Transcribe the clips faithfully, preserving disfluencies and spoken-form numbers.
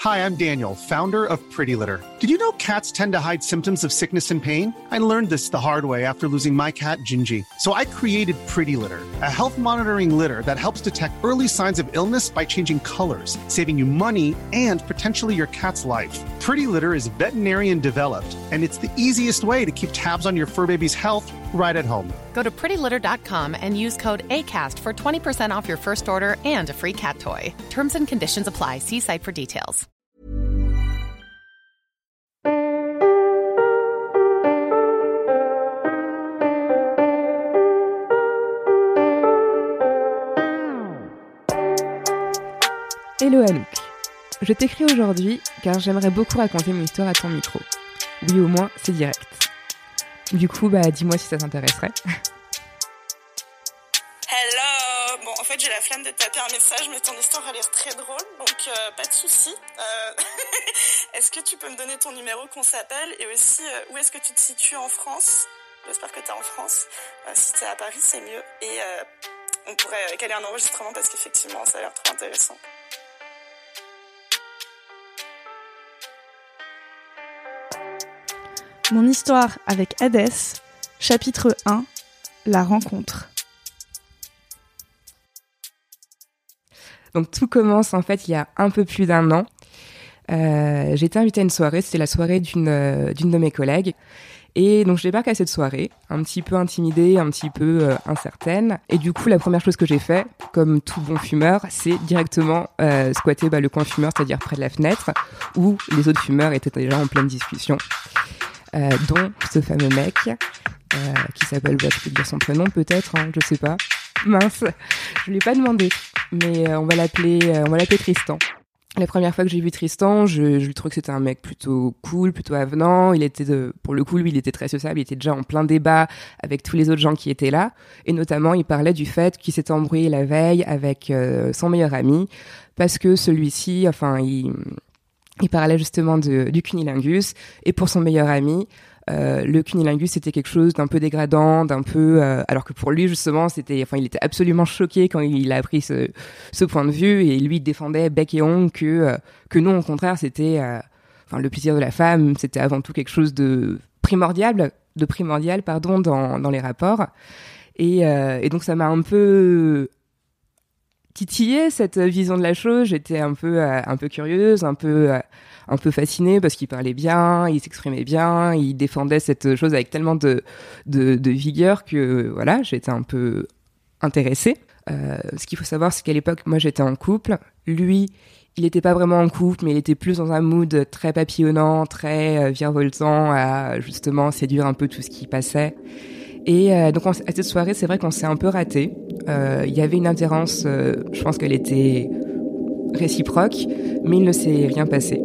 Hi, I'm Daniel, founder of Pretty Litter. Did you know cats tend to hide symptoms of sickness and pain? I learned this the hard way after losing my cat, Gingy. So I created Pretty Litter, a health monitoring litter that helps detect early signs of illness by changing colors, saving you money and potentially your cat's life. Pretty Litter is veterinarian developed, and it's the easiest way to keep tabs on your fur baby's health right at home. Go to pretty litter dot com and use code ACAST for twenty percent off your first order and a free cat toy. Terms and conditions apply. See site for details. Hello Anouk, je t'écris aujourd'hui car j'aimerais beaucoup raconter mon histoire à ton micro. Oui, au moins, c'est direct. Du coup, bah dis-moi si ça t'intéresserait. Hello. Bon, en fait, j'ai la flemme de taper un message, mais ton histoire a l'air très drôle, donc euh, pas de souci. Euh... est-ce que tu peux me donner ton numéro qu'on s'appelle, et aussi euh, où est-ce que tu te situes en France? J'espère que t'es en France. Euh, si t'es à Paris, c'est mieux. Et euh, on pourrait caler un enregistrement parce qu'effectivement, ça a l'air trop intéressant. Mon histoire avec Hadès, chapitre un, la rencontre. Donc tout commence en fait il y a un peu plus d'un an. Euh, j'ai été invitée à une soirée, c'était la soirée d'une, euh, d'une de mes collègues. Et donc je débarque à cette soirée, un petit peu intimidée, un petit peu euh, incertaine. Et du coup, la première chose que j'ai fait, comme tout bon fumeur, c'est directement euh, squatter bah, le coin fumeur, c'est-à-dire près de la fenêtre, où les autres fumeurs étaient déjà en pleine discussion. Euh, dont ce fameux mec, euh, qui s'appelle, bah, je peux dire son prénom peut-être, hein, je sais pas. Mince, je lui ai pas demandé, mais euh, on va l'appeler, euh, on va l'appeler Tristan. La première fois que j'ai vu Tristan, je, je lui trouvais que c'était un mec plutôt cool, plutôt avenant. Il était, de, pour le coup, lui, il était très sociable. Il était déjà en plein débat avec tous les autres gens qui étaient là. Et notamment, il parlait du fait qu'il s'était embrouillé la veille avec euh, son meilleur ami, parce que celui-ci, enfin, il... Il parlait justement de, du cunnilingus, et pour son meilleur ami, euh, le cunnilingus c'était quelque chose d'un peu dégradant, d'un peu, euh, alors que pour lui justement c'était, enfin il était absolument choqué quand il a appris ce, ce point de vue, et lui défendait bec et ongle que euh, que non, au contraire c'était, euh, enfin le plaisir de la femme c'était avant tout quelque chose de primordial, de primordial pardon dans dans les rapports, et euh, et donc ça m'a un peu titillé cette vision de la chose. J'étais un peu euh, un peu curieuse, un peu euh, un peu fascinée parce qu'il parlait bien, il s'exprimait bien, il défendait cette chose avec tellement de de, de vigueur que voilà, j'étais un peu intéressée. Euh, ce qu'il faut savoir, c'est qu'à l'époque, moi, j'étais en couple. Lui, il était pas vraiment en couple, mais il était plus dans un mood très papillonnant, très euh, virevoltant, à justement séduire un peu tout ce qui passait. Et euh, donc, on, à cette soirée, c'est vrai qu'on s'est un peu raté. Euh, il y avait une attirance, euh, je pense qu'elle était réciproque, mais il ne s'est rien passé.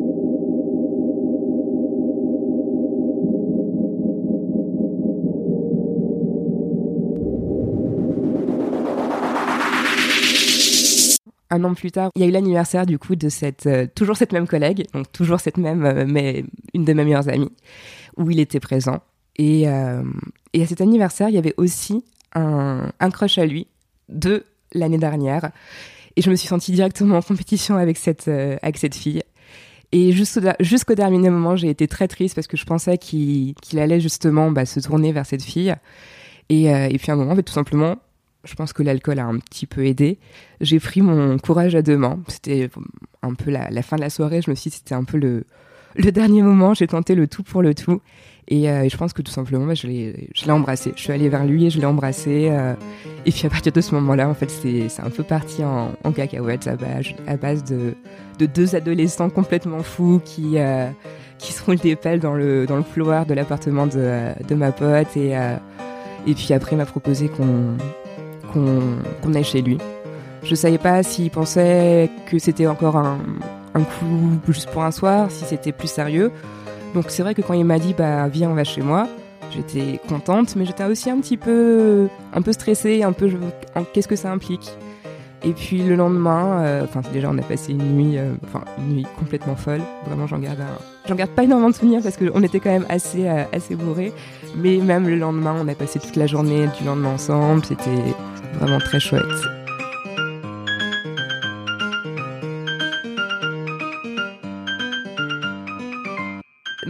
Un an plus tard, il y a eu l'anniversaire du coup de cette euh, toujours cette même collègue, donc toujours cette même, euh, mais une de mes meilleures amies, où il était présent. Et, euh, et à cet anniversaire, il y avait aussi un, un crush à lui de l'année dernière. Et je me suis sentie directement en compétition avec cette, euh, avec cette fille. Et jusqu'au, jusqu'au dernier moment, j'ai été très triste parce que je pensais qu'il, qu'il allait justement bah, se tourner vers cette fille. Et, euh, et puis à un moment, en fait, tout simplement, je pense que l'alcool a un petit peu aidé. J'ai pris mon courage à deux mains. C'était un peu la, la fin de la soirée. Je me suis dit que c'était un peu le, le dernier moment. J'ai tenté le tout pour le tout. Et, euh, et je pense que tout simplement, bah, je, l'ai, je l'ai embrassé. Je suis allée vers lui et je l'ai embrassé. Euh, et puis à partir de ce moment-là, en fait, c'est, c'est un peu parti en, en cacahuète à base, à base de, de deux adolescents complètement fous qui, euh, qui se roulent des pelles dans le, dans le couloir de l'appartement de, de ma pote. Et, euh, et puis après, il m'a proposé qu'on, qu'on, qu'on aille chez lui. Je savais pas s'il pensait que c'était encore un, un coup juste pour un soir, si c'était plus sérieux. Donc c'est vrai que quand il m'a dit bah viens on va chez moi, j'étais contente, mais j'étais aussi un petit peu un peu stressée, un peu je, en, qu'est-ce que ça implique. Et puis le lendemain, enfin euh, déjà on a passé une nuit, enfin euh, une nuit complètement folle. Vraiment j'en garde un, j'en garde pas énormément de souvenirs parce qu'on était quand même assez euh, assez bourrés. Mais même le lendemain, on a passé toute la journée du lendemain ensemble. C'était vraiment très chouette.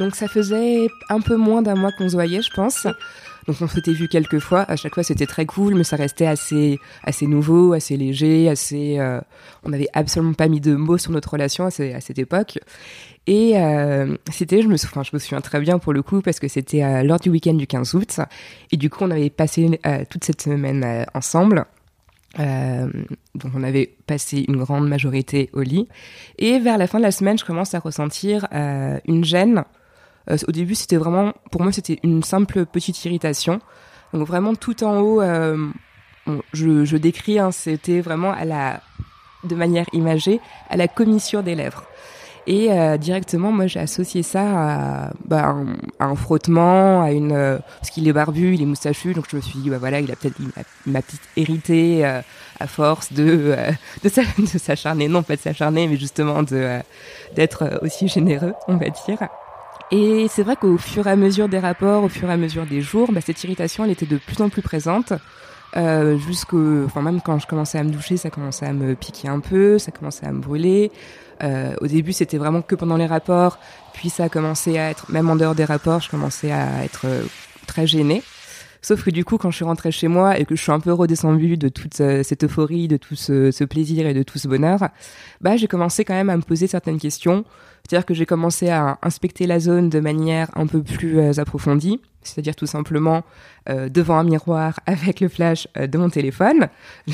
Donc ça faisait un peu moins d'un mois qu'on se voyait, je pense. Donc on s'était vu quelques fois. À chaque fois, c'était très cool, mais ça restait assez, assez nouveau, assez léger, assez. Euh... On n'avait absolument pas mis de mots sur notre relation à, ce... à cette époque. Et euh, c'était, je me, souviens, je me souviens très bien pour le coup, parce que c'était euh, lors du week-end du quinze août. Et du coup, on avait passé euh, toute cette semaine euh, ensemble. Euh, donc on avait passé une grande majorité au lit. Et vers la fin de la semaine, je commence à ressentir euh, une gêne. Euh, au début, c'était vraiment, pour moi, c'était une simple petite irritation. Donc vraiment tout en haut, euh, bon, je, je décris, hein, c'était vraiment à la, de manière imagée, à la commissure des lèvres. Et euh, directement, moi, j'ai associé ça à, bah, un, à un frottement, à une, euh, parce qu'il est barbu, il est moustachu, donc je me suis dit, bah voilà, il a peut-être, il m'a, il m'a peut-être hérité euh, à force de euh, de, sa, de s'acharner, non pas de s'acharner, mais justement de euh, d'être aussi généreux, on va dire. Et c'est vrai qu'au fur et à mesure des rapports, au fur et à mesure des jours, bah, cette irritation, elle était de plus en plus présente. Euh, jusqu'au, enfin même quand je commençais à me doucher, ça commençait à me piquer un peu, ça commençait à me brûler. Euh, au début, c'était vraiment que pendant les rapports, puis ça a commencé à être, même en dehors des rapports, je commençais à être euh, très gênée. Sauf que du coup, quand je suis rentrée chez moi et que je suis un peu redescendue de toute euh, cette euphorie, de tout ce, ce plaisir et de tout ce bonheur, bah j'ai commencé quand même à me poser certaines questions. C'est-à-dire que j'ai commencé à inspecter la zone de manière un peu plus euh, approfondie, c'est-à-dire tout simplement euh, devant un miroir avec le flash euh, de mon téléphone.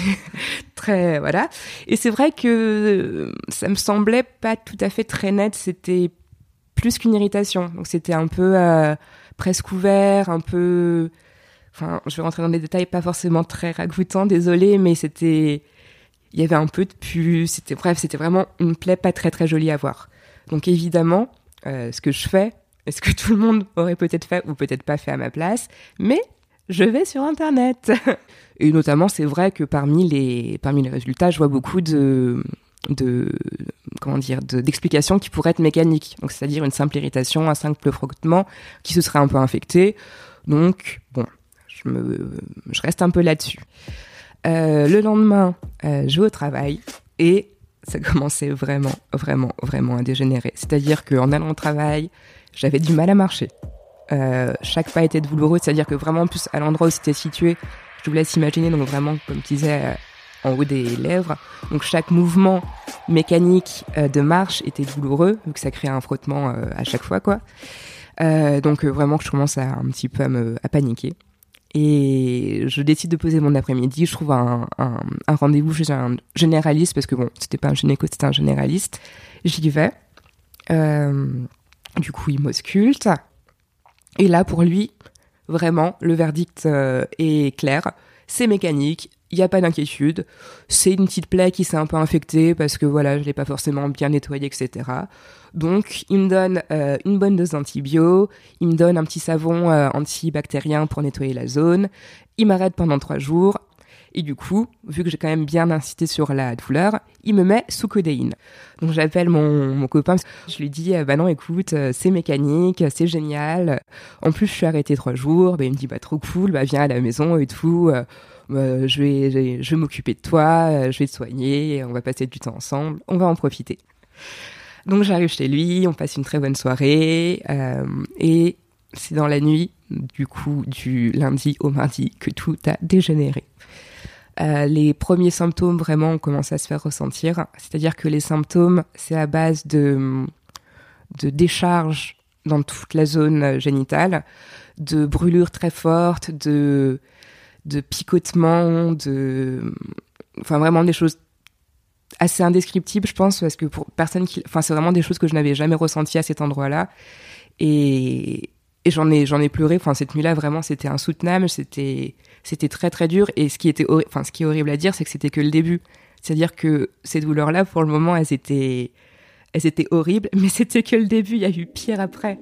Très, voilà. Et c'est vrai que ça me semblait pas tout à fait très net, c'était plus qu'une irritation. Donc c'était un peu euh, presque ouvert, un peu... Enfin, je vais rentrer dans des détails pas forcément très ragoûtants, désolée, mais c'était... Il y avait un peu de pus, c'était... Bref, c'était vraiment une plaie pas très très jolie à voir. Donc évidemment, euh, ce que je fais, est ce que tout le monde aurait peut-être fait ou peut-être pas fait à ma place, mais je vais sur Internet. Et notamment, c'est vrai que parmi les, parmi les résultats, je vois beaucoup de, de, comment dire, de, d'explications qui pourraient être mécaniques. Donc, c'est-à-dire une simple irritation, un simple frottement qui se serait un peu infecté. Donc, bon, je, me, je reste un peu là-dessus. Euh, le lendemain, euh, je vais au travail et ça commençait vraiment, vraiment, vraiment à dégénérer. C'est-à-dire qu'en allant au travail, j'avais du mal à marcher. Euh, chaque pas était douloureux, c'est-à-dire que vraiment, en plus, à l'endroit où c'était situé, je vous laisse imaginer, donc vraiment, comme je disais, euh, en haut des lèvres. Donc chaque mouvement mécanique euh, de marche était douloureux, vu que ça créait un frottement euh, à chaque fois, quoi. Euh, donc euh, vraiment, je commence à, un petit peu à, me, à paniquer. Et je décide de poser mon après-midi. Je trouve un, un, un rendez-vous chez un généraliste, parce que bon, c'était pas un gynéco, c'était un généraliste. J'y vais. Euh, du coup, il m'ausculte. Et là, pour lui, vraiment, le verdict euh, est clair. C'est mécanique, il n'y a pas d'inquiétude. C'est une petite plaie qui s'est un peu infectée parce que voilà, je l'ai pas forcément bien nettoyée, et cetera. Donc, il me donne euh, une bonne dose d'antibio, il me donne un petit savon euh, antibactérien pour nettoyer la zone, il m'arrête pendant trois jours, et du coup, vu que j'ai quand même bien insisté sur la douleur, il me met sous codéine. Donc, j'appelle mon, mon copain, je lui dis, bah non, écoute, c'est mécanique, c'est génial, en plus, je suis arrêtée trois jours, bah, il me dit, bah trop cool, bah viens à la maison et tout, euh, bah, je vais, je vais, je vais m'occuper de toi, je vais te soigner, on va passer du temps ensemble, on va en profiter. Donc j'arrive chez lui, on passe une très bonne soirée, euh, et c'est dans la nuit, du coup, du lundi au mardi, que tout a dégénéré. Euh, les premiers symptômes vraiment ont commencé à se faire ressentir, c'est-à-dire que les symptômes, c'est à base de, de décharge dans toute la zone génitale, de brûlures très fortes, de, de picotements, de, enfin vraiment des choses assez indescriptible, je pense, parce que pour personne qui, enfin, c'est vraiment des choses que je n'avais jamais ressenties à cet endroit-là, et, et j'en ai, j'en ai pleuré. Enfin, cette nuit-là, vraiment, c'était insoutenable, c'était, c'était très très dur. Et ce qui était, horri- enfin, ce qui est horrible à dire, c'est que c'était que le début. C'est-à-dire que ces douleurs-là, pour le moment, elles étaient, elles étaient horribles, mais c'était que le début. Il y a eu pire après.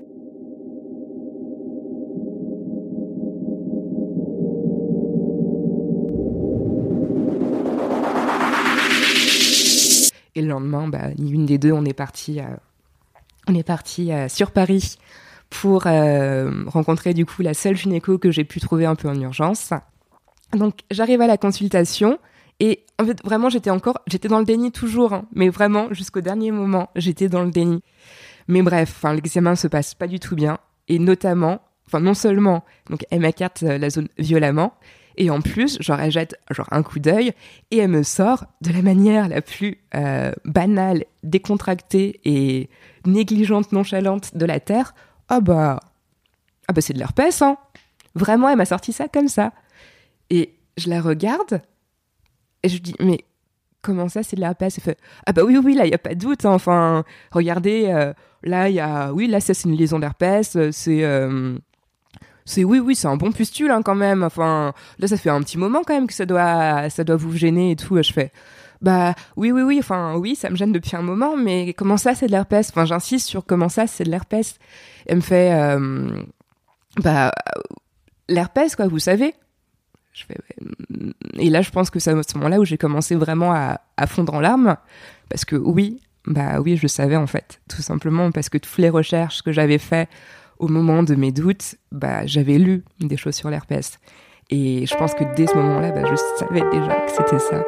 Et le lendemain, bah, ni une des deux, on est parti, euh, on est parti euh, sur Paris pour euh, rencontrer du coup la seule gynéco que j'ai pu trouver un peu en urgence. Donc j'arrive à la consultation et en fait vraiment j'étais encore, j'étais dans le déni toujours, hein, mais vraiment jusqu'au dernier moment j'étais dans le déni. Mais bref, enfin, l'examen se passe pas du tout bien. Et notamment, enfin, non seulement, donc, elle m'écarte la zone violemment, et en plus, genre, elle jette genre, un coup d'œil, et elle me sort de la manière la plus euh, banale, décontractée et négligente, nonchalante de la Terre. Ah bah, ah bah c'est de l'herpès, hein. Vraiment, elle m'a sorti ça comme ça. Et je la regarde, et je lui dis, mais comment ça, c'est de l'herpès ? Elle fait, ah bah oui, oui, là, il n'y a pas de doute. Hein. Enfin, regardez, euh, là, il y a, oui, là, ça, c'est une lésion d'herpès. C'est, euh, c'est, oui, oui, c'est un bon pustule, hein, quand même. Enfin, là, ça fait un petit moment, quand même, que ça doit, ça doit vous gêner et tout. Je fais, bah, oui, oui, oui, enfin, oui, ça me gêne depuis un moment, mais comment ça, c'est de l'herpès ? Enfin, j'insiste sur comment ça, c'est de l'herpès. Elle me fait, euh, bah, l'herpès, quoi, vous savez. Je fais, ouais. Et là, je pense que c'est à ce moment-là où j'ai commencé vraiment à, à fondre en larmes, parce que oui, bah oui, je le savais en fait, tout simplement parce que toutes les recherches que j'avais faites au moment de mes doutes, bah j'avais lu des choses sur l'herpès, et je pense que dès ce moment-là, bah je savais déjà que c'était ça.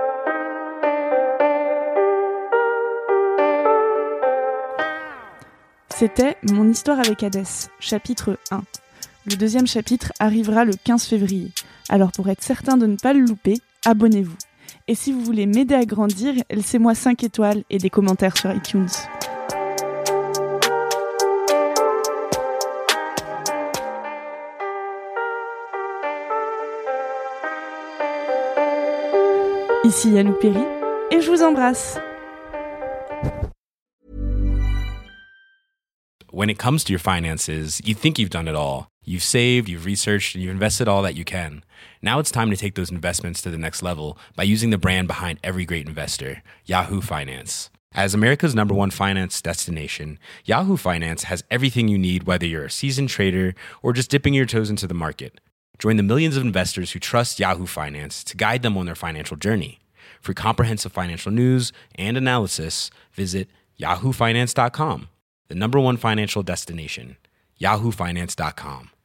C'était Mon histoire avec Hadès, chapitre un. Le deuxième chapitre arrivera le quinze février. Alors pour être certain de ne pas le louper, abonnez-vous. Et si vous voulez m'aider à grandir, laissez-moi cinq étoiles et des commentaires sur iTunes. Ici Yannou Perry, et je vous embrasse. When it comes to your finances, you think you've done it all. You've saved, you've researched, and you've invested all that you can. Now it's time to take those investments to the next level by using the brand behind every great investor, Yahoo Finance. As America's number one finance destination, Yahoo Finance has everything you need, whether you're a seasoned trader or just dipping your toes into the market. Join the millions of investors who trust Yahoo Finance to guide them on their financial journey. For comprehensive financial news and analysis, visit yahoo finance dot com. The number one financial destination, yahoo finance dot com.